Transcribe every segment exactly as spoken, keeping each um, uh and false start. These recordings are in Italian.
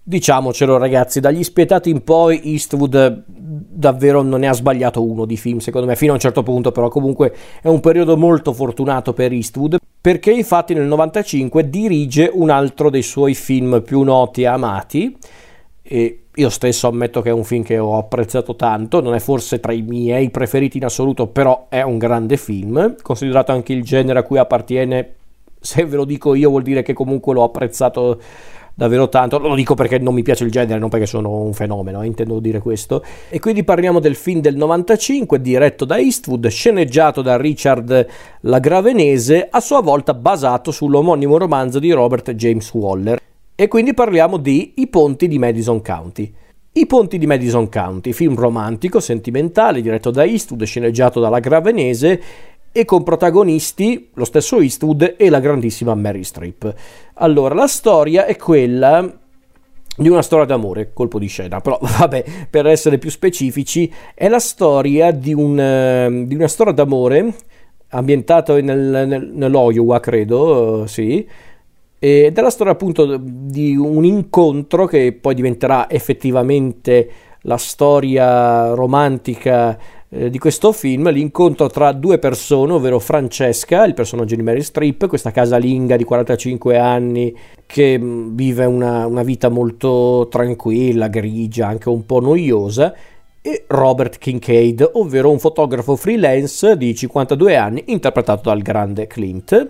Diciamocelo ragazzi, dagli Spietati in poi Eastwood davvero non ne ha sbagliato uno di film, secondo me, fino a un certo punto, però comunque è un periodo molto fortunato per Eastwood, perché infatti nel novantacinque dirige un altro dei suoi film più noti e amati, e io stesso ammetto che è un film che ho apprezzato tanto, non è forse tra i miei preferiti in assoluto, però è un grande film, considerato anche il genere a cui appartiene. Se ve lo dico io vuol dire che comunque l'ho apprezzato davvero tanto, lo dico perché non mi piace il genere, non perché sono un fenomeno, eh, intendo dire questo. E quindi parliamo del film del novantacinque, diretto da Eastwood, sceneggiato da Richard Lagravenese, a sua volta basato sull'omonimo romanzo di Robert James Waller. E quindi parliamo di I ponti di Madison County. I ponti di Madison County, film romantico, sentimentale, diretto da Eastwood, sceneggiato da Lagravenese, e con protagonisti lo stesso Eastwood e la grandissima Mary Streep. Allora, la storia è quella di una storia d'amore, colpo di scena, però vabbè, per essere più specifici, è la storia di, un, di una storia d'amore ambientata nel, nel, nell'Iowa, credo, uh, sì, ed è la storia appunto di un incontro che poi diventerà effettivamente la storia romantica di questo film, l'incontro tra due persone, ovvero Francesca, il personaggio di Mary Streep, questa casalinga di quarantacinque anni che vive una, una vita molto tranquilla, grigia, anche un po' noiosa, e Robert Kincaid, ovvero un fotografo freelance di cinquantadue anni, interpretato dal grande Clint.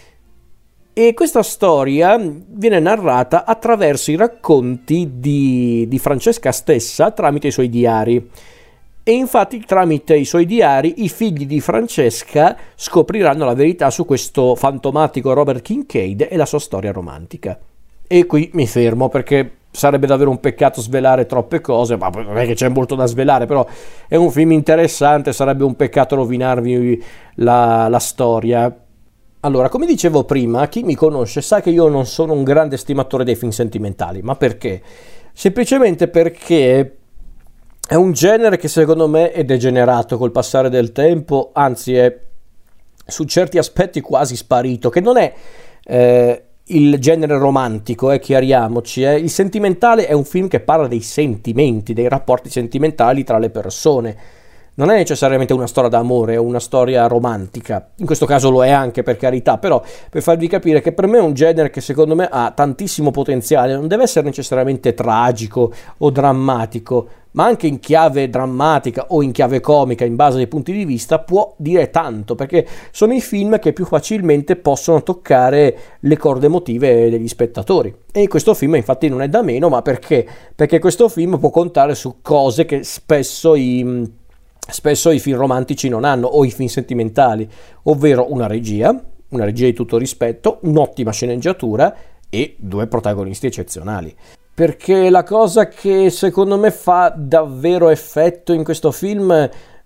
E questa storia viene narrata attraverso i racconti di, di Francesca stessa tramite i suoi diari. E infatti tramite i suoi diari i figli di Francesca scopriranno la verità su questo fantomatico Robert Kincaid e la sua storia romantica. E qui mi fermo perché sarebbe davvero un peccato svelare troppe cose, ma non è che c'è molto da svelare, però è un film interessante, sarebbe un peccato rovinarvi la, la storia. Allora, come dicevo prima, chi mi conosce sa che io non sono un grande stimatore dei film sentimentali, ma perché? Semplicemente perché è un genere che secondo me è degenerato col passare del tempo, anzi è su certi aspetti quasi sparito, che non è eh, il genere romantico, eh, chiariamoci, eh. Il sentimentale è un film che parla dei sentimenti, dei rapporti sentimentali tra le persone. Non è necessariamente una storia d'amore, è una storia romantica, in questo caso lo è anche, per carità, però per farvi capire che per me è un genere che secondo me ha tantissimo potenziale, non deve essere necessariamente tragico o drammatico, ma anche in chiave drammatica o in chiave comica, in base ai punti di vista, può dire tanto, perché sono i film che più facilmente possono toccare le corde emotive degli spettatori. E questo film infatti non è da meno, ma perché? Perché questo film può contare su cose che spesso i... spesso i film romantici non hanno, o i film sentimentali, ovvero una regia, una regia di tutto rispetto, un'ottima sceneggiatura e due protagonisti eccezionali. Perché la cosa che secondo me fa davvero effetto in questo film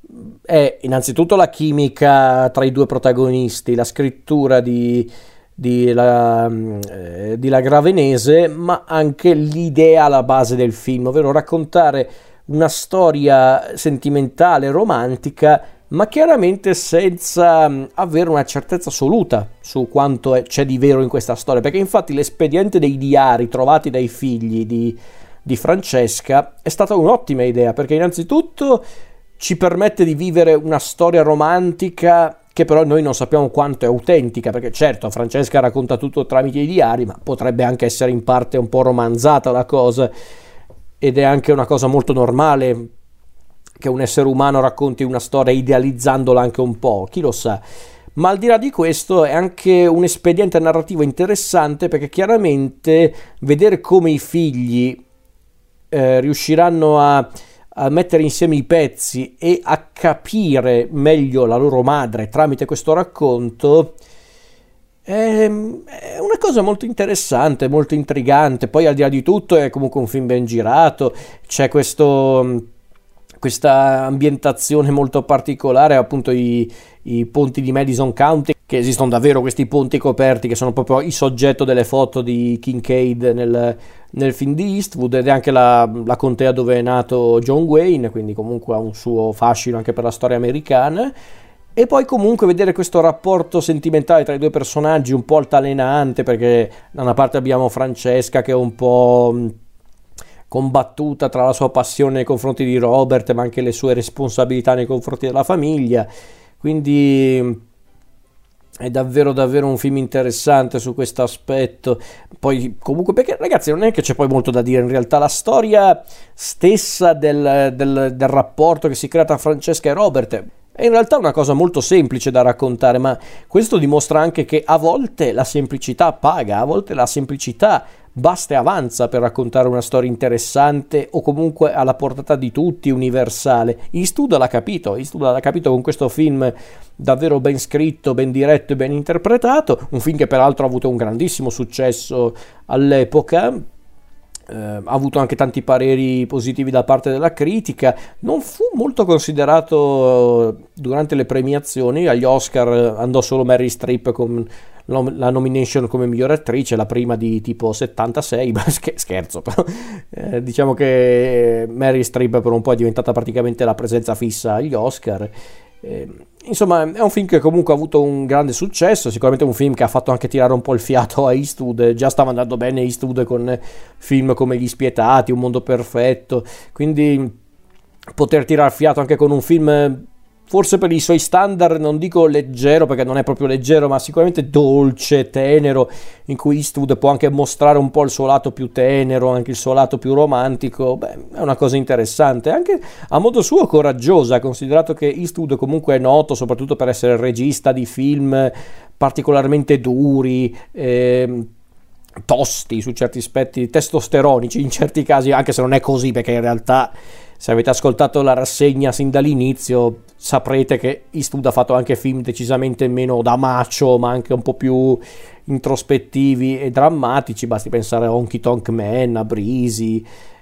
è innanzitutto la chimica tra i due protagonisti, la scrittura di, di, la, eh, di Lagravenese, ma anche l'idea alla base del film, ovvero raccontare una storia sentimentale, romantica, ma chiaramente senza avere una certezza assoluta su quanto è, c'è di vero in questa storia, perché infatti l'espediente dei diari trovati dai figli di, di Francesca è stata un'ottima idea, perché innanzitutto ci permette di vivere una storia romantica che però noi non sappiamo quanto è autentica, perché certo Francesca racconta tutto tramite i diari, ma potrebbe anche essere in parte un po' romanzata la cosa, ed è anche una cosa molto normale che un essere umano racconti una storia idealizzandola anche un po', chi lo sa. Ma al di là di questo è anche un espediente narrativo interessante, perché chiaramente vedere come i figli eh, riusciranno a, a mettere insieme i pezzi e a capire meglio la loro madre tramite questo racconto è una cosa molto interessante, molto intrigante. Poi al di là di tutto è comunque un film ben girato, c'è questo, questa ambientazione molto particolare, appunto i, i ponti di Madison County, che esistono davvero questi ponti coperti che sono proprio il soggetto delle foto di Kincaid nel, nel film di Eastwood, ed è anche la, la contea dove è nato John Wayne, quindi comunque ha un suo fascino anche per la storia americana. E poi comunque vedere questo rapporto sentimentale tra i due personaggi un po' altalenante, perché da una parte abbiamo Francesca che è un po' combattuta tra la sua passione nei confronti di Robert, ma anche le sue responsabilità nei confronti della famiglia. Quindi è davvero davvero un film interessante su questo aspetto. Poi comunque, perché ragazzi non è che c'è poi molto da dire in realtà, la storia stessa del, del, del rapporto che si crea tra Francesca e Robert è in realtà una cosa molto semplice da raccontare, ma questo dimostra anche che a volte la semplicità paga, a volte la semplicità basta e avanza per raccontare una storia interessante o comunque alla portata di tutti, universale. Eastwood l'ha capito, Eastwood l'ha capito con questo film davvero ben scritto, ben diretto e ben interpretato, un film che peraltro ha avuto un grandissimo successo all'epoca. Uh, ha avuto anche tanti pareri positivi da parte della critica, non fu molto considerato durante le premiazioni. Agli Oscar andò solo Meryl Streep con la nomination come miglior attrice, la prima di tipo settantasei, scherzo però eh, diciamo che Meryl Streep per un po' è diventata praticamente la presenza fissa agli Oscar. Eh, insomma, è un film che comunque ha avuto un grande successo, sicuramente un film che ha fatto anche tirare un po' il fiato a Eastwood. Già stava andando bene Eastwood con film come Gli Spietati, Un mondo perfetto, quindi poter tirare fiato anche con un film forse per i suoi standard, non dico leggero perché non è proprio leggero, ma sicuramente dolce, tenero, in cui Eastwood può anche mostrare un po' il suo lato più tenero, anche il suo lato più romantico. Beh, è una cosa interessante, anche a modo suo coraggiosa, considerato che Eastwood comunque è noto soprattutto per essere il regista di film particolarmente duri, eh, tosti su certi aspetti, testosteronici in certi casi, anche se non è così, perché in realtà se avete ascoltato la rassegna sin dall'inizio saprete che Eastwood ha fatto anche film decisamente meno da macho, ma anche un po' più introspettivi e drammatici. Basti pensare a Honky Tonk Man, a Breezy,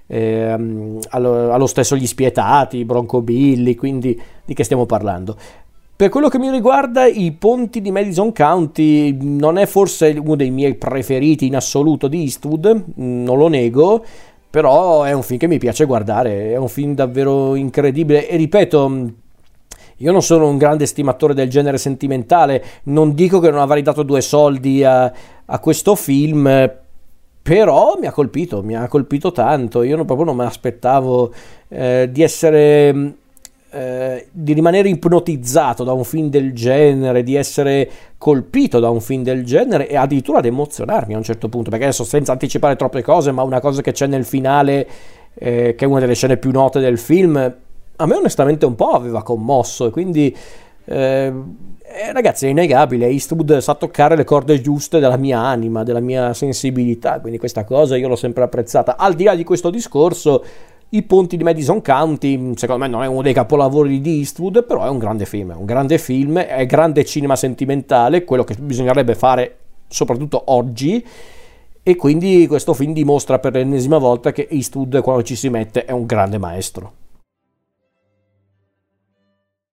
ehm, allo, allo stesso Gli Spietati, Bronco Billy, quindi di che stiamo parlando? Per quello che mi riguarda, I Ponti di Madison County non è forse uno dei miei preferiti in assoluto di Eastwood, non lo nego, però è un film che mi piace guardare, è un film davvero incredibile e ripeto, io non sono un grande stimatore del genere sentimentale, non dico che non avrei dato due soldi a, a questo film, però mi ha colpito, mi ha colpito tanto. Io non, proprio non me l'aspettavo eh, di essere... Eh, di rimanere ipnotizzato da un film del genere, di essere colpito da un film del genere e addirittura ad emozionarmi a un certo punto, perché adesso senza anticipare troppe cose, ma una cosa che c'è nel finale eh, che è una delle scene più note del film, a me onestamente un po' aveva commosso e quindi eh, eh, ragazzi, è innegabile, Eastwood sa toccare le corde giuste della mia anima, della mia sensibilità, quindi questa cosa io l'ho sempre apprezzata. Al di là di questo discorso, I Ponti di Madison County secondo me non è uno dei capolavori di Eastwood, però è un grande film, è un grande film, è grande cinema sentimentale, quello che bisognerebbe fare soprattutto oggi, e quindi questo film dimostra per l'ennesima volta che Eastwood, quando ci si mette, è un grande maestro.